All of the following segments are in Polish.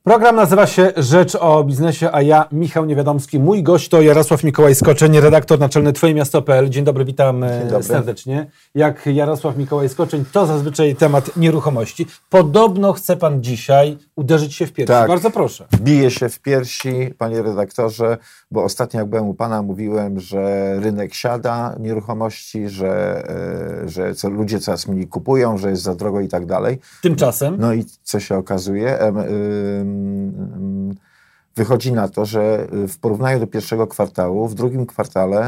Program nazywa się Rzecz o Biznesie, a ja, Michał Niewiadomski. Mój gość to Jarosław Mikołaj Skoczeń, redaktor naczelny TwojeMiasto.pl. Dzień dobry, witam serdecznie. Jak Jarosław Mikołaj Skoczeń, to zazwyczaj temat nieruchomości. Podobno chce pan dzisiaj uderzyć się w piersi. Tak. Bardzo proszę. Biję się w piersi, panie redaktorze, bo ostatnio jak byłem u pana, mówiłem, że rynek siada nieruchomości, że ludzie coraz mniej kupują, że jest za drogo i tak dalej. Tymczasem? No i co się okazuje? Wychodzi na to, że w porównaniu do pierwszego kwartału, w drugim kwartale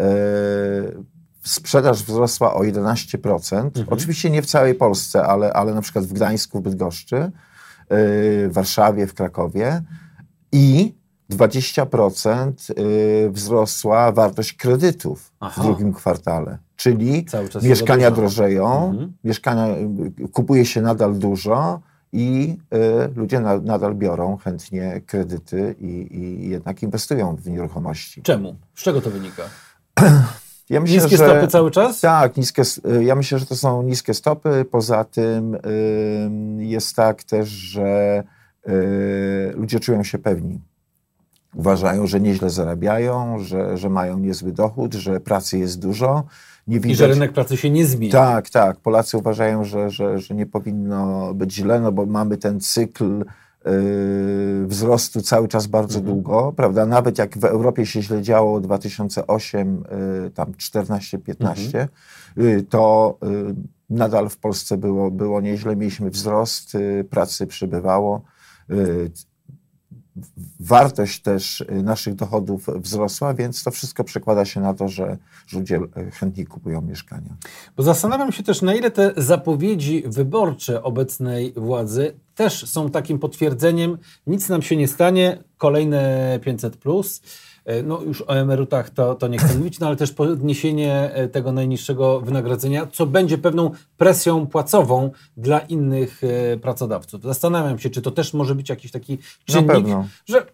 sprzedaż wzrosła o 11%. Oczywiście nie w całej Polsce, ale na przykład w Gdańsku, w Bydgoszczy, w Warszawie, w Krakowie i 20% wzrosła wartość kredytów w drugim kwartale. Czyli mieszkania drożeją, mieszkania kupuje się nadal dużo i ludzie nadal biorą chętnie kredyty i jednak inwestują w nieruchomości. Czemu? Z czego to wynika? Ja myślę, niskie stopy cały czas? Tak, ja myślę, że to są niskie stopy. Poza tym jest tak też, że ludzie czują się pewni. Uważają, że nieźle zarabiają, że mają niezły dochód, że pracy jest dużo. Nie widać... I że rynek pracy się nie zmieni. Tak. Polacy uważają, że nie powinno być źle, no bo mamy ten cykl wzrostu cały czas bardzo długo, prawda? Nawet jak w Europie się źle działo 2008, tam 14-15, to nadal w Polsce było nieźle. Mieliśmy wzrost, pracy przybywało. Wartość też naszych dochodów wzrosła, więc to wszystko przekłada się na to, że ludzie chętniej kupują mieszkania. Bo zastanawiam się też, na ile te zapowiedzi wyborcze obecnej władzy też są takim potwierdzeniem, nic nam się nie stanie, kolejne 500+. No już o emerytach to nie chcę mówić, no ale też podniesienie tego najniższego wynagrodzenia, co będzie pewną presją płacową dla innych pracodawców. Zastanawiam się, czy to też może być jakiś taki czynnik, że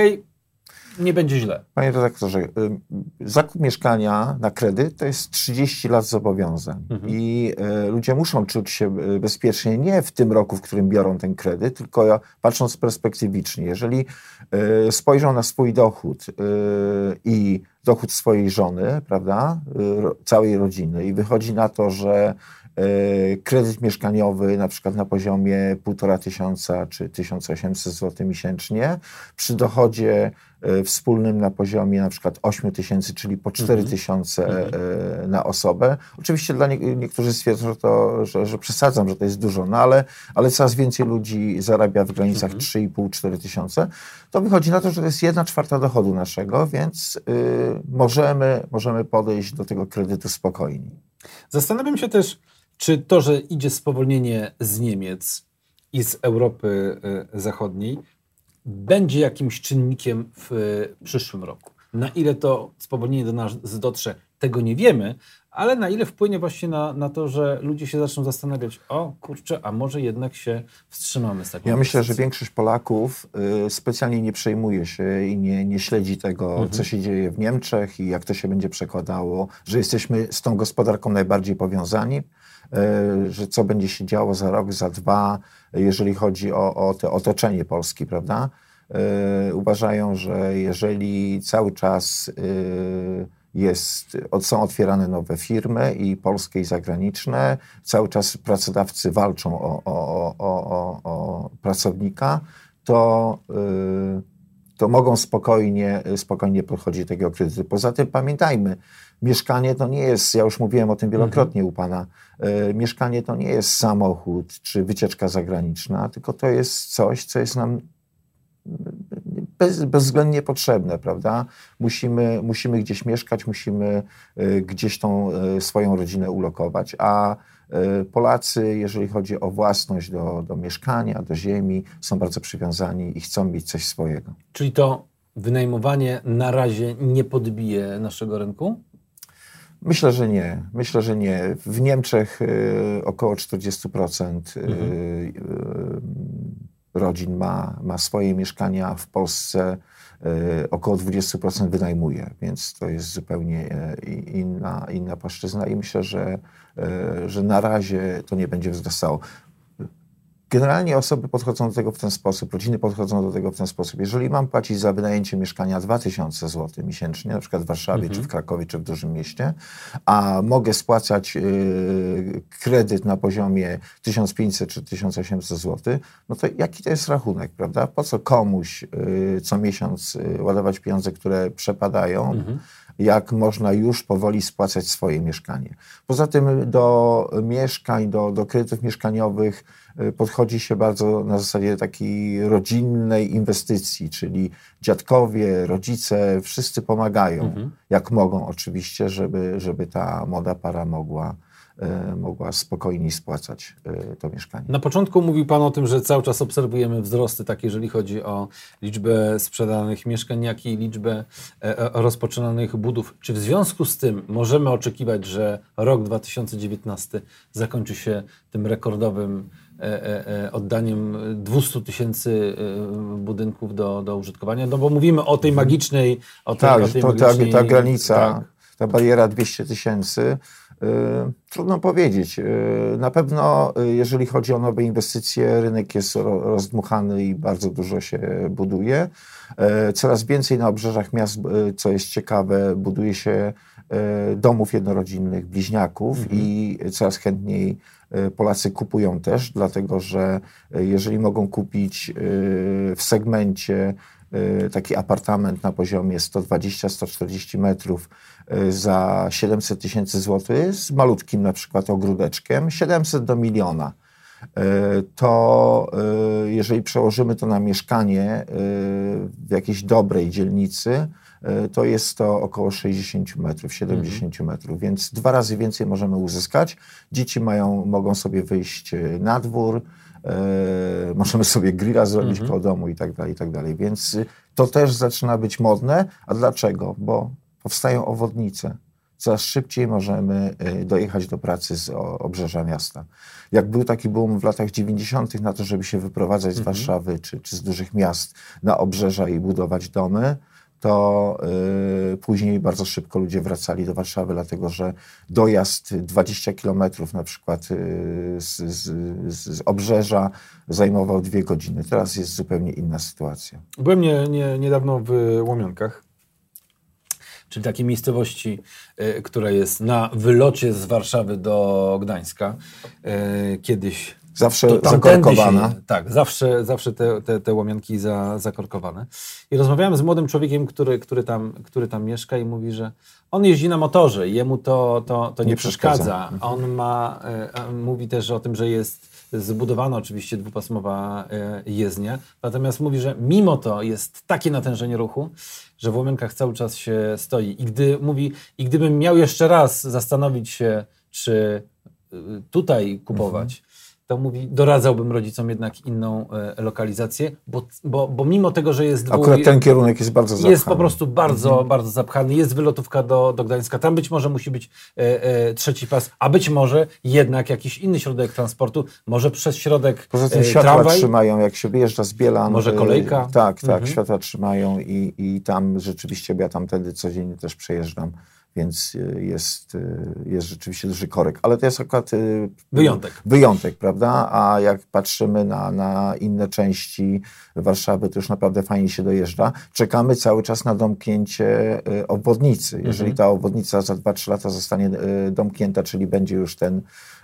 nie będzie źle. Panie redaktorze, zakup mieszkania na kredyt to jest 30 lat zobowiązań i ludzie muszą czuć się bezpiecznie nie w tym roku, w którym biorą ten kredyt, tylko patrząc perspektywicznie. Jeżeli spojrzą na swój dochód i dochód swojej żony, prawda, całej rodziny i wychodzi na to, że kredyt mieszkaniowy na przykład na poziomie 1500 czy 1800 zł miesięcznie, przy dochodzie wspólnym na poziomie na przykład 8000, czyli po 4000 na osobę. Oczywiście dla niektórzy stwierdzą, że przesadzam, że to jest dużo, no ale coraz więcej ludzi zarabia w granicach 3,5-4 tysiące. To wychodzi na to, że to jest 1/4 dochodu naszego, więc możemy podejść do tego kredytu spokojnie. Zastanawiam się też, czy to, że idzie spowolnienie z Niemiec i z Europy Zachodniej, będzie jakimś czynnikiem w przyszłym roku. Na ile to spowolnienie do nas dotrze, tego nie wiemy, ale na ile wpłynie właśnie na to, że ludzie się zaczną zastanawiać, a może jednak się wstrzymamy z taką Ja myślę, że większość Polaków specjalnie nie przejmuje się i nie śledzi tego, co się dzieje w Niemczech i jak to się będzie przekładało, że jesteśmy z tą gospodarką najbardziej powiązani, że co będzie się działo za rok, za dwa, jeżeli chodzi o to otoczenie Polski, prawda? Uważają, że jeżeli cały czas są otwierane nowe firmy i polskie i zagraniczne, cały czas pracodawcy walczą o pracownika, to mogą spokojnie podchodzić tego kredytu. Poza tym pamiętajmy, mieszkanie to nie jest, ja już mówiłem o tym wielokrotnie u pana, mieszkanie to nie jest samochód czy wycieczka zagraniczna, tylko to jest coś, co jest nam bezwzględnie potrzebne, prawda? Musimy gdzieś mieszkać, musimy gdzieś tą swoją rodzinę ulokować, a Polacy, jeżeli chodzi o własność do mieszkania, do ziemi, są bardzo przywiązani i chcą mieć coś swojego. Czyli to wynajmowanie na razie nie podbije naszego rynku? Myślę, że nie. W Niemczech około 40% rodzin ma swoje mieszkania, w Polsce około 20% wynajmuje, więc to jest zupełnie inna płaszczyzna i myślę, że na razie to nie będzie wzrastało. Generalnie osoby podchodzą do tego w ten sposób, rodziny podchodzą do tego w ten sposób. Jeżeli mam płacić za wynajęcie mieszkania 2000 zł miesięcznie, na przykład w Warszawie, czy w Krakowie, czy w dużym mieście, a mogę spłacać kredyt na poziomie 1500 czy 1800 zł, no to jaki to jest rachunek, prawda? Po co komuś co miesiąc ładować pieniądze, które przepadają, jak można już powoli spłacać swoje mieszkanie. Poza tym do mieszkań, do kredytów mieszkaniowych podchodzi się bardzo na zasadzie takiej rodzinnej inwestycji, czyli dziadkowie, rodzice, wszyscy pomagają, jak mogą oczywiście, żeby ta młoda para mogła spokojniej spłacać to mieszkanie. Na początku mówił Pan o tym, że cały czas obserwujemy wzrosty, tak jeżeli chodzi o liczbę sprzedanych mieszkań, jak i liczbę rozpoczynanych budów. Czy w związku z tym możemy oczekiwać, że rok 2019 zakończy się tym rekordowym oddaniem 200 000 budynków do użytkowania? No bo mówimy o tej magicznej... Ta granica, tak. Ta bariera 200 000, trudno powiedzieć. Na pewno, jeżeli chodzi o nowe inwestycje, rynek jest rozdmuchany i bardzo dużo się buduje. Coraz więcej na obrzeżach miast, co jest ciekawe, buduje się domów jednorodzinnych, bliźniaków i coraz chętniej Polacy kupują też, dlatego że jeżeli mogą kupić w segmencie taki apartament na poziomie 120-140 metrów za 700 000 złotych z malutkim na przykład ogródeczkiem, 700 do 1 000 000, to jeżeli przełożymy to na mieszkanie w jakiejś dobrej dzielnicy, to jest to około 60 metrów, 70 metrów, więc 2 razy więcej możemy uzyskać. Dzieci mogą sobie wyjść na dwór, możemy sobie grilla zrobić koło domu i tak dalej. Więc to też zaczyna być modne. A dlaczego? Bo powstają obwodnice. Coraz szybciej możemy dojechać do pracy z obrzeża miasta. Jak był taki boom w latach 90. na to, żeby się wyprowadzać z Warszawy czy z dużych miast na obrzeża i budować domy, to później bardzo szybko ludzie wracali do Warszawy, dlatego że dojazd 20 kilometrów na przykład z obrzeża zajmował 2 godziny. Teraz jest zupełnie inna sytuacja. Byłem niedawno w Łomionkach, czyli takiej miejscowości, która jest na wylocie z Warszawy do Gdańska. Kiedyś... Zawsze zakorkowana. Tak, zawsze te Łomionki zakorkowane. I rozmawiałem z młodym człowiekiem, który tam mieszka i mówi, że on jeździ na motorze i jemu to nie przeszkadza. On mówi też o tym, że jest zbudowana oczywiście dwupasmowa jezdnia, natomiast mówi, że mimo to jest takie natężenie ruchu, że w Łomionkach cały czas się stoi. I gdybym miał jeszcze raz zastanowić się, czy tutaj kupować, to mówi, doradzałbym rodzicom jednak inną lokalizację, bo mimo tego, że jest akurat ten kierunek jest bardzo zapchany. Jest po prostu bardzo zapchany. Jest wylotówka do Gdańska. Tam być może musi być trzeci pas, a być może jednak jakiś inny środek transportu, może przez środek poza tym światła tramwaj. Trzymają, jak się wyjeżdża z Bielan. Może kolejka. Tak, światła trzymają i tam rzeczywiście, bo ja tamtędy codziennie też przejeżdżam. Więc jest rzeczywiście duży korek. Ale to jest akurat wyjątek, prawda? A jak patrzymy na inne części Warszawy, to już naprawdę fajnie się dojeżdża. Czekamy cały czas na domknięcie obwodnicy. Jeżeli ta obwodnica za 2-3 lata zostanie domknięta, czyli będzie już ten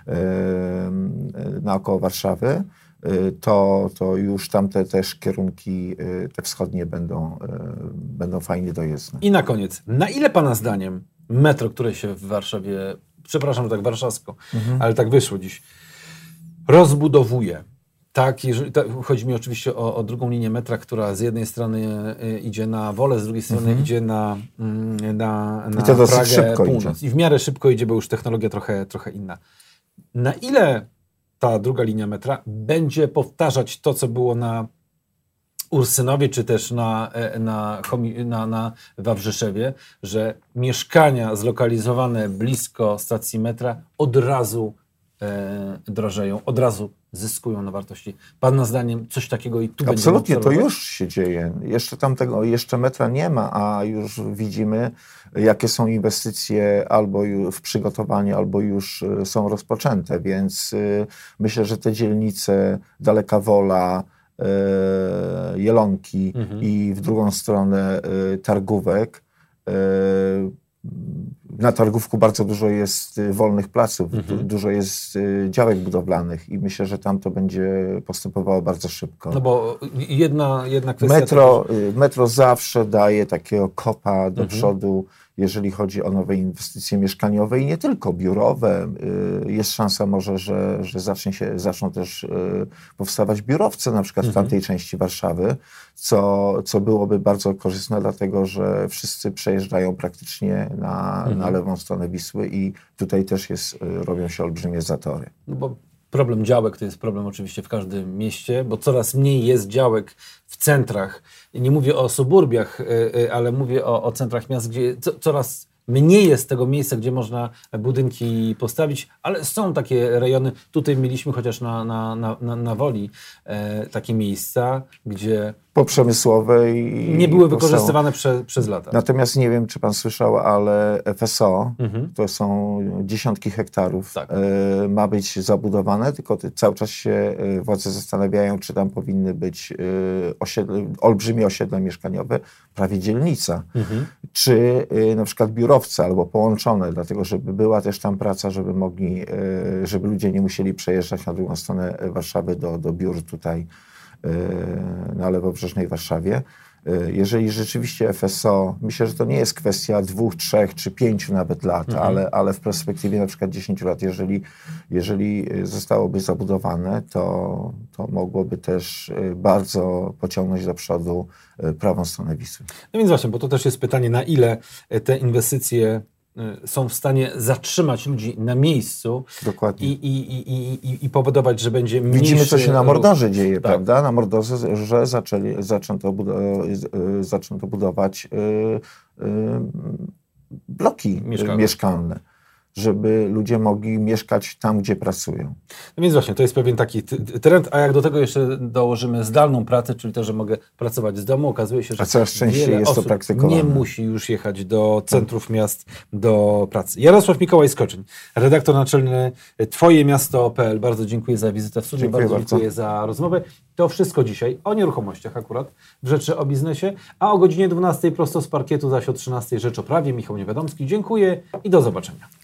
naokoło Warszawy, to już tamte też kierunki, te wschodnie będą fajnie dojezdne. I na koniec, na ile Pana zdaniem metro, które się w Warszawie, przepraszam, że tak warszawsko, ale tak wyszło dziś, rozbudowuje, tak, chodzi mi oczywiście o drugą linię metra, która z jednej strony idzie na Wolę, z drugiej strony idzie na Pragę Północ. I w miarę szybko idzie, bo już technologia trochę inna. Na ile ta druga linia metra będzie powtarzać to, co było na Ursynowie, czy też na Wawrzyszewie, że mieszkania zlokalizowane blisko stacji metra od razu drożeją, od razu zyskują na wartości. Pana zdaniem coś takiego i tu absolutnie, to już się dzieje. Jeszcze metra nie ma, a już widzimy, jakie są inwestycje albo w przygotowaniu, albo już są rozpoczęte, więc myślę, że te dzielnice Daleka Wola, Jelonki i w drugą stronę Targówek. Na Targówku bardzo dużo jest wolnych placów, dużo jest działek budowlanych i myślę, że tam to będzie postępowało bardzo szybko. No bo jedna kwestia... Metro zawsze daje takiego kopa do przodu, jeżeli chodzi o nowe inwestycje mieszkaniowe i nie tylko biurowe. Jest szansa może, że zaczną też powstawać biurowce na przykład w tamtej części Warszawy, co byłoby bardzo korzystne, dlatego że wszyscy przejeżdżają praktycznie na lewą stronę Wisły i tutaj też robią się olbrzymie zatory. No bo problem działek to jest problem oczywiście w każdym mieście, bo coraz mniej jest działek w centrach. Nie mówię o suburbiach, ale mówię o centrach miast, gdzie coraz mniej jest tego miejsca, gdzie można budynki postawić, ale są takie rejony. Tutaj mieliśmy chociaż na Woli takie miejsca, gdzie poprzemysłowej nie były wykorzystywane przez lata. Natomiast nie wiem, czy pan słyszał, ale FSO, to są dziesiątki hektarów, tak. Ma być zabudowane, tylko cały czas się władze zastanawiają, czy tam powinny być olbrzymie osiedla mieszkaniowe, prawie dzielnica, czy na przykład biurowce albo połączone, dlatego żeby była też tam praca, żeby ludzie nie musieli przejeżdżać na drugą stronę Warszawy do biur tutaj na lewobrzeżnej Warszawie. Jeżeli rzeczywiście FSO, myślę, że to nie jest kwestia 2, 3 czy 5 nawet lat, ale w perspektywie na przykład 10 lat, jeżeli zostałoby zabudowane, to mogłoby też bardzo pociągnąć do przodu prawą stronę Wisły. No więc właśnie, bo to też jest pytanie, na ile te inwestycje są w stanie zatrzymać ludzi na miejscu. Dokładnie. I powodować, że będzie mniejszy... Widzimy, co się na Mordorze dzieje, tak. Prawda? Na Mordorze, że zaczęto budować bloki mieszkalne, żeby ludzie mogli mieszkać tam, gdzie pracują. No więc właśnie, to jest pewien taki trend, a jak do tego jeszcze dołożymy zdalną pracę, czyli to, że mogę pracować z domu, okazuje się, że coraz częściej jest to praktykowane. Nie musi już jechać do centrów miast do pracy. Jarosław Mikołaj-Skoczyń, redaktor naczelny TwojeMiasto.pl. Bardzo dziękuję za wizytę w studiu, bardzo dziękuję za rozmowę. To wszystko dzisiaj o nieruchomościach akurat, w Rzeczy o Biznesie, a o godzinie 12 prosto z parkietu, zaś o 13 Rzecz o Prawie. Michał Niewiadomski. Dziękuję i do zobaczenia.